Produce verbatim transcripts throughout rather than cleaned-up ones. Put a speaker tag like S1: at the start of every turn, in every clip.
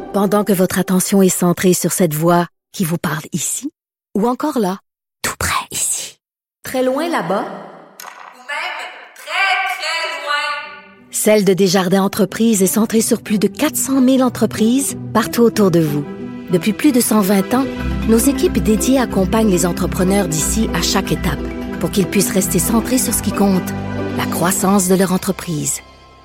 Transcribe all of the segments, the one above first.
S1: Pendant que votre attention est centrée sur cette voix qui vous parle ici, ou encore là, tout près ici, très loin là-bas,
S2: ou même très, très loin.
S1: Celle de Desjardins Entreprises est centrée sur plus de quatre cent mille entreprises partout autour de vous. Depuis plus de cent vingt ans, nos équipes dédiées accompagnent les entrepreneurs d'ici à chaque étape pour qu'ils puissent rester centrés sur ce qui compte, la croissance de leur entreprise.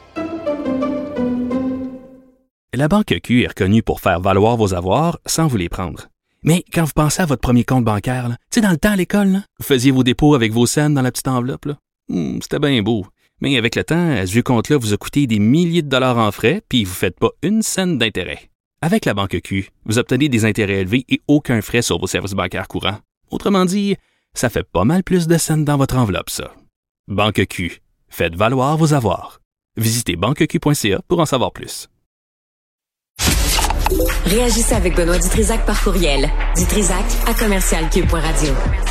S3: La Banque Q est reconnue pour faire valoir vos avoirs sans vous les prendre. Mais quand vous pensez à votre premier compte bancaire, tu sais, dans le temps à l'école, là, vous faisiez vos dépôts avec vos scènes dans la petite enveloppe. Là. Hum, c'était bien beau. Mais avec le temps, ce vieux compte-là vous a coûté des milliers de dollars en frais, puis vous ne faites pas une scène d'intérêt. Avec la Banque Q, vous obtenez des intérêts élevés et aucun frais sur vos services bancaires courants. Autrement dit, ça fait pas mal plus de scènes dans votre enveloppe, ça. Banque Q. Faites valoir vos avoirs. Visitez banque q point c a pour en savoir plus.
S4: Réagissez avec Benoît Dutrisac par courriel. Dutrisac à commercial q point radio.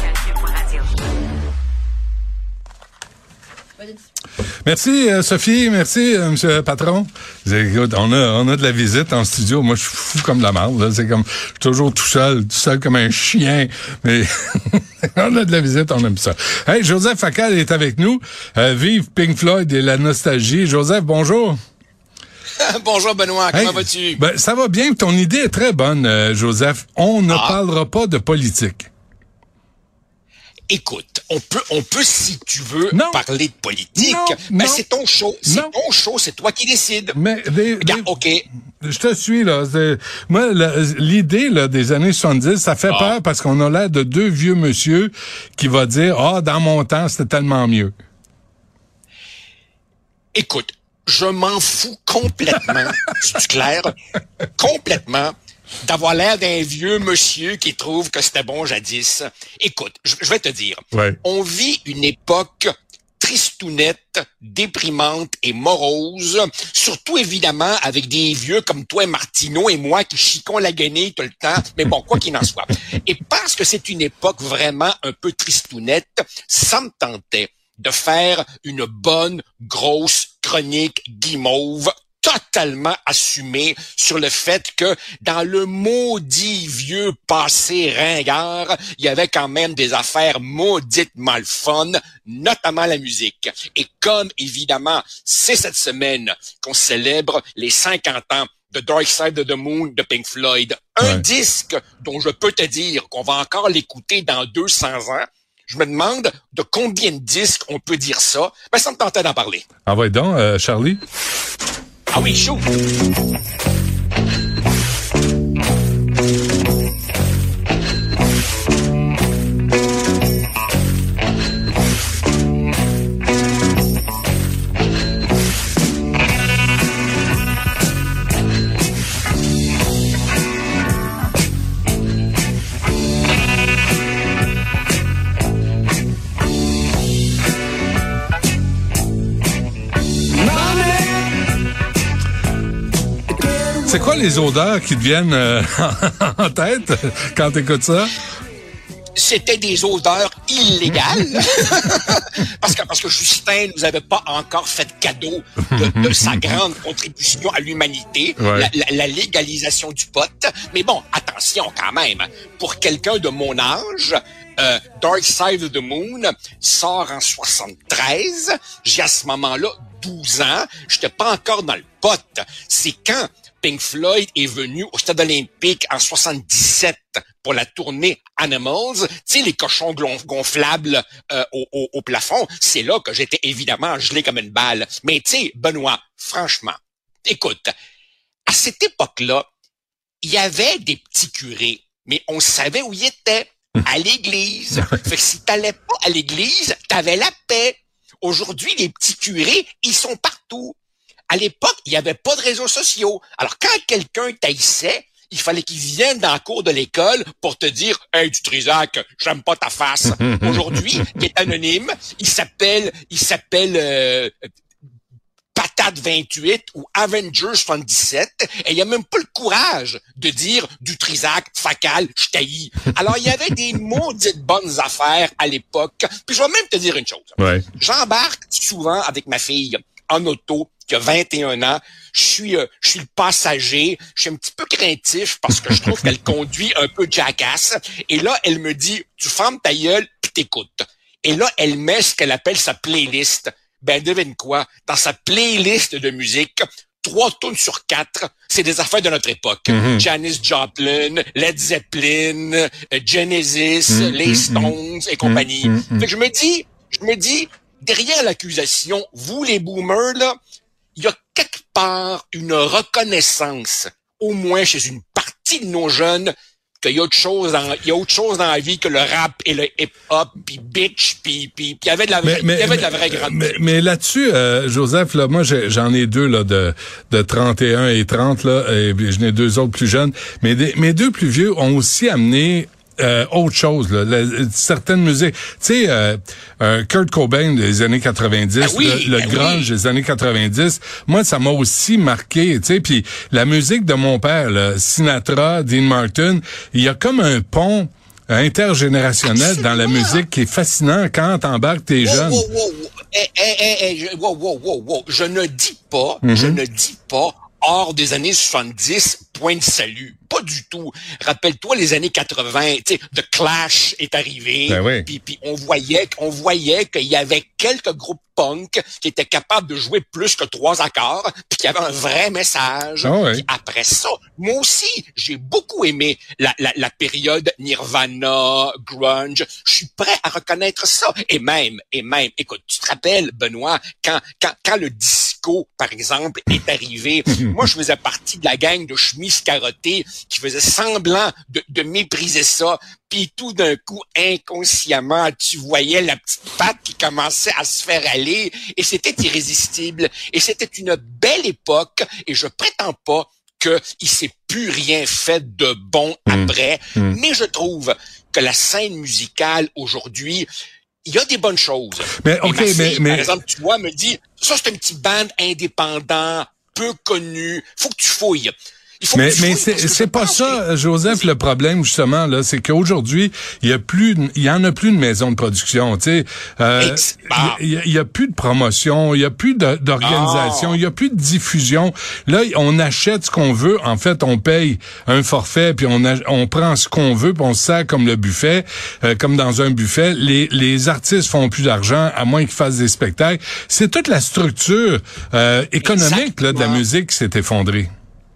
S5: Merci euh, Sophie, merci euh, Monsieur le patron. Écoute, on a on a de la visite en studio. Moi, je suis fou comme de la merde. Là. C'est comme, je suis toujours tout seul, tout seul comme un chien. Mais on a de la visite, on aime ça. Hey, Joseph Facal est avec nous. Euh, vive Pink Floyd et la nostalgie. Joseph, bonjour.
S6: Bonjour Benoît, comment
S5: hey,
S6: vas-tu?
S5: Ben ça va bien. Ton idée est très bonne, euh, Joseph. On ne ah. parlera pas de politique.
S6: Écoute, on peut, on peut, si tu veux,
S5: non.
S6: parler de politique.
S5: Non,
S6: ben,
S5: non.
S6: c'est ton show. C'est
S5: non.
S6: ton show, c'est toi qui décides.
S5: Mais, des,
S6: Regarde,
S5: des,
S6: OK.
S5: Je te suis, là. C'est, moi, la, l'idée, là, des années soixante-dix, ça fait ah. peur parce qu'on a l'air de deux vieux monsieur qui va dire, ah, dans mon temps, c'était tellement mieux.
S6: Écoute, je m'en fous complètement. C'est clair? Complètement. D'avoir l'air d'un vieux monsieur qui trouve que c'était bon jadis. Écoute, je, je vais te dire,
S5: ouais.
S6: on vit une époque tristounette, déprimante et morose, surtout évidemment avec des vieux comme toi, Martineau et moi qui chicons la guenille tout le temps, mais bon, quoi qu'il en soit. Et parce que c'est une époque vraiment un peu tristounette, ça me tentait de faire une bonne, grosse chronique guimauve totalement assumé sur le fait que dans le maudit vieux passé ringard, il y avait quand même des affaires mauditement le fun, notamment la musique. Et comme, évidemment, c'est cette semaine qu'on célèbre les cinquante ans de Dark Side of the Moon de Pink Floyd, un ouais. disque dont je peux te dire qu'on va encore l'écouter dans deux cents ans, je me demande de combien de disques on peut dire ça. Ben, ça me tentait d'en parler.
S5: Ah ouais, donc, euh, Charlie?
S6: Ah oui, chaud!
S5: C'est quoi les odeurs qui te viennent euh, en tête quand t'écoutes ça?
S6: C'était des odeurs illégales. parce que parce que Justin nous avait pas encore fait cadeau de, de sa grande contribution à l'humanité,
S5: ouais.
S6: la, la, la légalisation du pot. Mais bon, attention quand même. Pour quelqu'un de mon âge, euh, Dark Side of the Moon sort en soixante-treize. J'ai à ce moment-là douze ans. J'étais pas encore dans le pot. C'est quand Pink Floyd est venu au Stade olympique en soixante-dix-sept pour la tournée Animals, tu sais, les cochons gonflables euh, au, au, au plafond. C'est là que j'étais évidemment gelé comme une balle. Mais tu sais, Benoît, franchement, écoute, à cette époque-là, il y avait des petits curés, mais on savait où ils étaient, à l'église. Fait que si t'allais pas à l'église, t'avais la paix. Aujourd'hui, les petits curés, ils sont partout. À l'époque, il n'y avait pas de réseaux sociaux. Alors, quand quelqu'un t'haïssait, il fallait qu'il vienne dans la cour de l'école pour te dire « Hey, Dutrisac, j'aime pas ta face. » Aujourd'hui, il est anonyme. Il s'appelle, il s'appelle euh, Patate vingt-huit ou Avenger soixante-dix-sept. Et il a même pas le courage de dire « Dutrisac, Facal, je t'haïs. » Alors, il y avait des maudites bonnes affaires à l'époque. Puis, je vais même te dire une chose.
S5: Ouais.
S6: J'embarque souvent avec ma fille en auto qui a vingt et un ans. Je suis, euh, je suis le passager. Je suis un petit peu craintif parce que je trouve qu'elle conduit un peu jackass. Et là, elle me dit, tu fermes ta gueule pis t'écoutes. Et là, elle met ce qu'elle appelle sa playlist. Ben, devine quoi? Dans sa playlist de musique, trois tunes sur quatre, c'est des affaires de notre époque. Mm-hmm. Janis Joplin, Led Zeppelin, euh, Genesis, mm-hmm. les Stones et compagnie. Mm-hmm. Fait que je me dis, je me dis, derrière l'accusation, vous les boomers, là, il y a quelque part une reconnaissance, au moins chez une partie de nos jeunes, qu'il y a autre chose dans, il y a autre chose dans la vie que le rap et le hip-hop, puis bitch, puis puis il y avait de la vraie, il y avait de la vraie grande.
S5: Mais, mais là-dessus, euh, Joseph, là, moi j'ai, j'en ai deux là de de trente et un et trente là, et j'en ai deux autres plus jeunes. Mais des, mes deux plus vieux ont aussi amené Euh, autre chose, là, la, certaines musiques. Tu sais, euh, euh, Kurt Cobain des années quatre-vingt-dix, ah oui, le, le ah grunge oui. des années quatre-vingt-dix, moi, ça m'a aussi marqué, tu sais, puis la musique de mon père, là, Sinatra, Dean Martin, il y a comme un pont intergénérationnel Absolument. Dans la musique qui est fascinant quand t'embarques tes
S6: wow,
S5: jeunes.
S6: Wow, wow, wow. Eh, eh, eh, eh, wow, wow, wow, wow. Je ne dis pas, mm-hmm. je ne dis pas hors des années soixante-dix, point de salut. Pas du tout. Rappelle-toi les années quatre-vingts, tu sais, The Clash est arrivé.
S5: Ben oui.
S6: Puis puis on voyait on voyait qu'il y avait quelques groupes punk qui étaient capables de jouer plus que trois accords, puis qu'il y avait un vrai message.
S5: Oh oui.
S6: Puis après ça, moi aussi, j'ai beaucoup aimé la la, la période Nirvana, grunge. Je suis prêt à reconnaître ça. Et même et même, écoute, tu te rappelles, Benoît, quand quand quand le disco, par exemple, est arrivé, moi je faisais partie de la gang de chemises carottées qui faisait semblant de, de mépriser ça, puis tout d'un coup, inconsciemment, tu voyais la petite patte qui commençait à se faire aller, et c'était irrésistible, et c'était une belle époque, et je prétends pas qu'il s'est plus rien fait de bon après, mmh. Mmh. mais je trouve que la scène musicale aujourd'hui, il y a des bonnes choses.
S5: Mais, ok,
S6: fille,
S5: mais, mais,
S6: par exemple, tu vois, me dit, ça c'est un petit band indépendant, peu connu, faut que tu fouilles.
S5: Mais, mais c'est, c'est pas ça, que... Joseph, le problème, justement, là, c'est qu'aujourd'hui, il y a plus, il y en a plus de maisons de production, tu sais. Euh, il y, y a plus de promotion, il y a plus de, d'organisation, oh. il y a plus de diffusion. Là, on achète ce qu'on veut. En fait, on paye un forfait, puis on, a, on prend ce qu'on veut, puis on se sert comme le buffet, euh, comme dans un buffet. Les, les artistes font plus d'argent, à moins qu'ils fassent des spectacles. C'est toute la structure euh, économique là, de la musique qui s'est effondrée.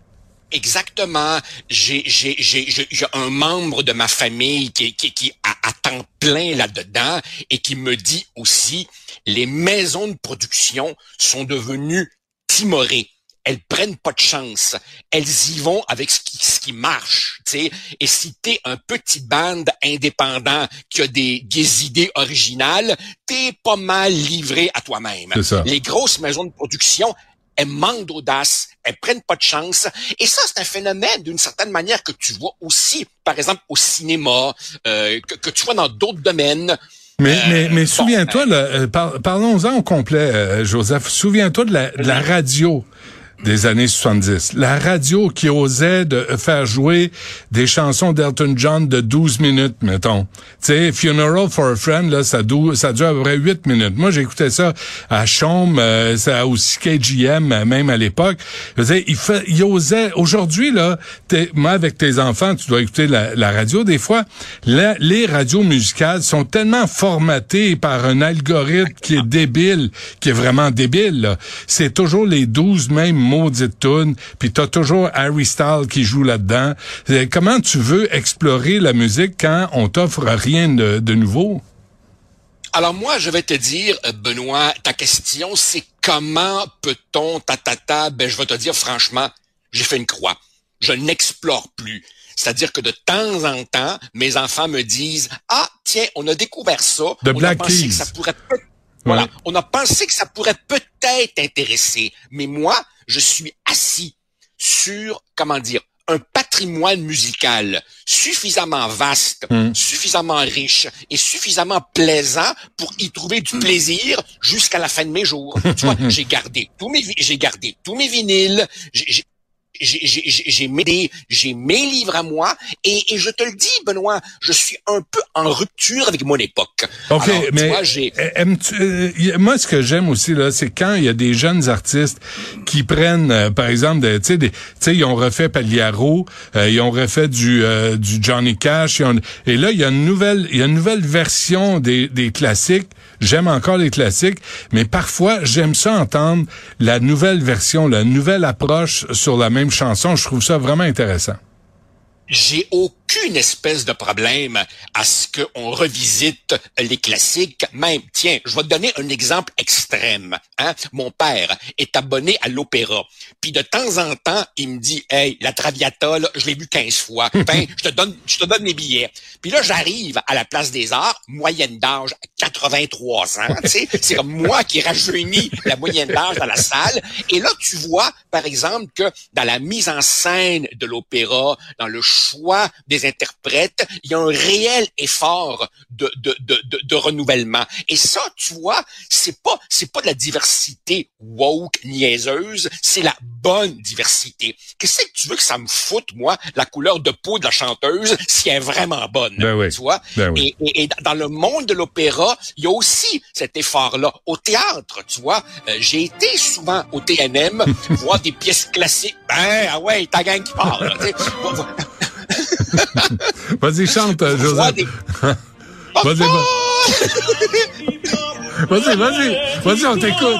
S6: Exactement. J'ai, j'ai, j'ai, j'ai, j'ai un membre de ma famille qui, qui, qui a à temps plein là-dedans et qui me dit aussi, les maisons de production sont devenues timorées. Elles prennent pas de chance. Elles y vont avec ce qui, ce qui marche, tu sais. Et si t'es un petit band indépendant qui a des, des idées originales, t'es pas mal livré à toi-même.
S5: C'est ça.
S6: Les grosses maisons de production, elles manquent d'audace, elles prennent pas de chance. Et ça, c'est un phénomène, d'une certaine manière, que tu vois aussi, par exemple, au cinéma, euh, que, que tu vois dans d'autres domaines.
S5: Mais, euh, mais, mais
S6: bon,
S5: souviens-toi,
S6: euh,
S5: là, par, parlons-en au complet, euh, Joseph. Souviens-toi de la, de la radio des années soixante-dix. La radio qui osait de faire jouer des chansons d'Elton John de douze minutes, mettons. Tu sais, Funeral for a Friend, là, ça, dou- ça dure à peu près huit minutes. Moi, j'écoutais ça à Chaume, euh, ça aussi K G M, même à l'époque. Je veux dire, il, fait, il osait... Aujourd'hui, là, t'es, moi, avec tes enfants, tu dois écouter la, la radio. Des fois, la, les radios musicales sont tellement formatées par un algorithme qui est débile, qui est vraiment débile, là. C'est toujours les douze mêmes maudite toune, puis t'as toujours Harry Styles qui joue là-dedans. Comment tu veux explorer la musique quand on t'offre rien de, de nouveau?
S6: Alors moi, je vais te dire, Benoît, ta question, c'est comment peut-on, ta, ta, ta, ben je vais te dire franchement, j'ai fait une croix. Je n'explore plus. C'est-à-dire que de temps en temps, mes enfants me disent, ah, tiens, on a découvert ça.
S5: The
S6: on
S5: Black
S6: a pensé
S5: Keys.
S6: que ça pourrait peut- Voilà. Ouais. On a pensé que ça pourrait peut-être intéresser. Mais moi, je suis assis sur, comment dire, un patrimoine musical suffisamment vaste, mmh. suffisamment riche et suffisamment plaisant pour y trouver du plaisir jusqu'à la fin de mes jours. Tu vois, j'ai gardé tous mes, j'ai gardé tous mes vinyles, j'ai, j'ai j'ai, j'ai, j'ai, mes, j'ai mes livres à moi et, et je te le dis, Benoît, je suis un peu en rupture avec mon époque.
S5: OK,
S6: Alors,
S5: mais
S6: vois, j'ai...
S5: aimes-tu, euh, moi, ce que j'aime aussi, là, c'est quand il y a des jeunes artistes qui prennent, euh, par exemple, tu sais, tu sais, ils ont refait Pagliaro, euh, ils ont refait du, euh, du Johnny Cash, ont, et là, il y a une nouvelle, il y a une nouvelle version des, des classiques. J'aime encore les classiques, mais parfois, j'aime ça entendre la nouvelle version, la nouvelle approche sur la même chanson. Je trouve ça vraiment intéressant.
S6: J'ai aucune espèce de problème à ce qu'on revisite les classiques. Même, tiens, je vais te donner un exemple extrême. Hein? Mon père est abonné à l'opéra. Puis de temps en temps, il me dit, hey, la Traviata, là, je l'ai vue quinze fois. Ben, je te donne, je te donne les billets. Puis là, j'arrive à la Place des Arts, moyenne d'âge quatre-vingt-trois ans. Tu sais, c'est comme moi qui rajeunis la moyenne d'âge dans la salle. Et là, tu vois, par exemple, que dans la mise en scène de l'opéra, dans le choix des interprètes, il y a un réel effort de, de, de, de, de renouvellement. Et ça, tu vois, c'est pas, c'est pas de la diversité woke, niaiseuse, c'est la bonne diversité. Qu'est-ce que tu veux que ça me foute, moi, la couleur de peau de la chanteuse, si elle est vraiment bonne?
S5: Ben oui.
S6: Tu vois?
S5: Ben oui.
S6: et, et, et dans le monde de l'opéra, il y a aussi cet effort-là. Au théâtre, tu vois, euh, j'ai été souvent au T N M voir des pièces classiques. Ben, ah ouais, ta gang qui parle. Là,
S5: Vas-y, chante, Joseph.
S6: Des...
S5: vas-y, va... vas-y, vas-y, vas-y, on t'écoute.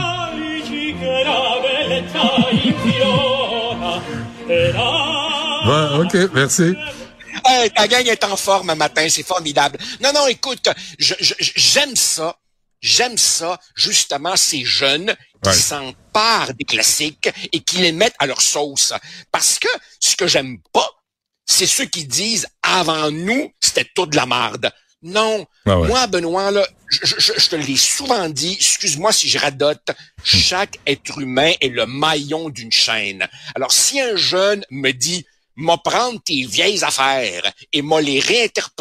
S5: Ouais, OK, merci.
S6: Hey, ta gang est en forme un matin, c'est formidable. Non, non, écoute, je, je, j'aime ça. J'aime ça, justement, ces jeunes qui ouais. s'emparent des classiques et qui les mettent à leur sauce. Parce que ce que j'aime pas, c'est ceux qui disent « avant nous, c'était tout de la marde ». Non. Ah ouais. Moi, Benoît, là, je, je, je te l'ai souvent dit, excuse-moi si je radote, chaque être humain est le maillon d'une chaîne. Alors, si un jeune me dit « m'a prendre tes vieilles affaires et m'a les réinterpréter »,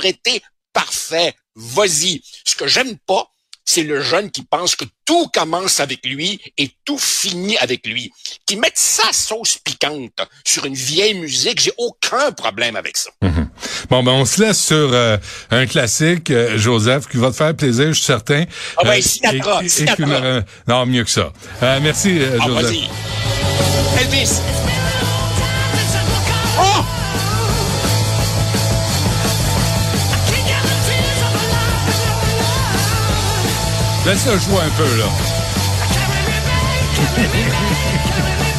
S6: parfait, vas-y. Ce que j'aime pas, c'est le jeune qui pense que tout commence avec lui et tout finit avec lui. Qui mette sa sauce piquante sur une vieille musique, j'ai aucun problème avec ça.
S5: Mm-hmm. Bon, ben on se laisse sur euh, un classique, euh, Joseph, qui va te faire plaisir, je suis certain.
S6: Ah ben, euh, Sinatra, et, Sinatra. Et euh,
S5: non, mieux que ça. Euh, merci, euh,
S6: ah,
S5: Joseph.
S6: Vas-y. Elvis. Oh!
S5: Laisse-le jouer un peu, là.